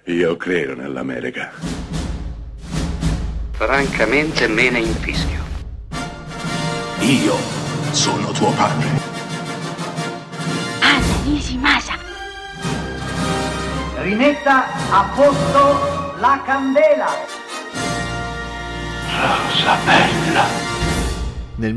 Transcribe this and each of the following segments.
Io credo nell'America. Francamente me ne infischio. Io sono tuo padre. Anna Nishimasa. Rimetta a posto la candela. Rosa bella. Nel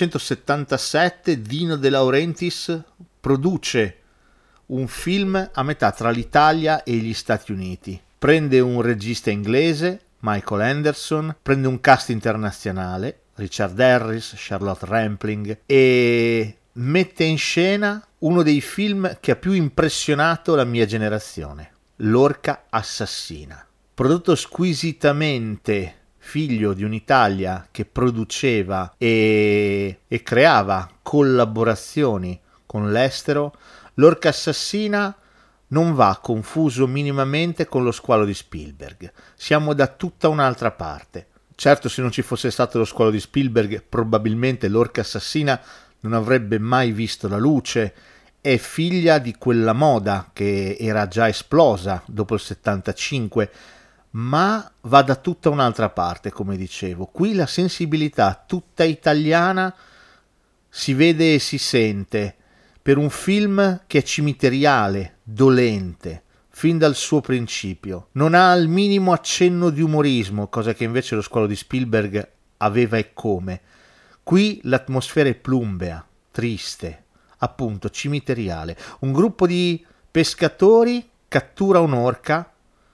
1977 Dino De Laurentiis produce un film a metà tra l'Italia e gli Stati Uniti. Prende un regista inglese, Michael Anderson, prende un cast internazionale, Richard Harris, Charlotte Rampling, e mette in scena uno dei film che ha più impressionato la mia generazione, L'orca assassina. Prodotto squisitamente, figlio di un'Italia che produceva e creava collaborazioni con l'estero, L'orca assassina non va confuso minimamente con Lo squalo di Spielberg. Siamo da tutta un'altra parte. Certo, se non ci fosse stato Lo squalo di Spielberg, probabilmente L'orca assassina non avrebbe mai visto la luce. È figlia di quella moda che era già esplosa dopo il 75, ma va da tutta un'altra parte, come dicevo. Qui la sensibilità tutta italiana si vede e si sente per un film che è cimiteriale, dolente, fin dal suo principio. Non ha il minimo accenno di umorismo, cosa che invece Lo squalo di Spielberg aveva e come. Qui l'atmosfera è plumbea, triste, appunto cimiteriale. Un gruppo di pescatori cattura un'orca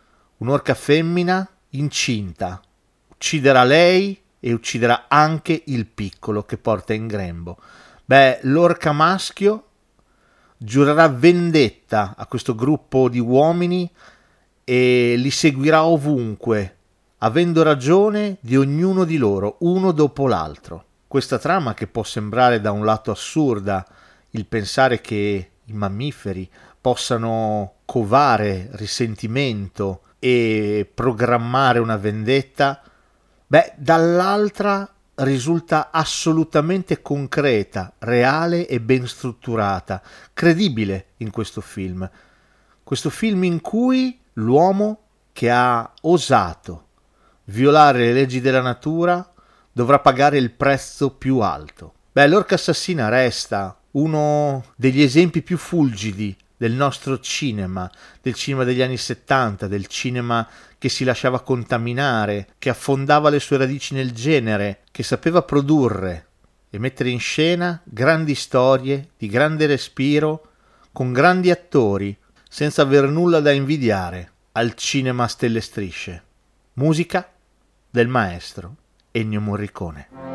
femmina incinta, ucciderà lei e ucciderà anche il piccolo che porta in grembo. L'orca maschio giurerà vendetta a questo gruppo di uomini e li seguirà ovunque, avendo ragione di ognuno di loro, uno dopo l'altro. Questa trama, che può sembrare da un lato assurda, il pensare che i mammiferi possano covare risentimento e programmare una vendetta, dall'altra risulta assolutamente concreta, reale e ben strutturata, credibile in questo film. Questo film in cui l'uomo che ha osato violare le leggi della natura dovrà pagare il prezzo più alto. L'orca assassina resta uno degli esempi più fulgidi del nostro cinema, del cinema degli anni 70, del cinema che si lasciava contaminare, che affondava le sue radici nel genere, che sapeva produrre e mettere in scena grandi storie di grande respiro, con grandi attori, senza aver nulla da invidiare al cinema a stelle e strisce. Musica del maestro Ennio Morricone.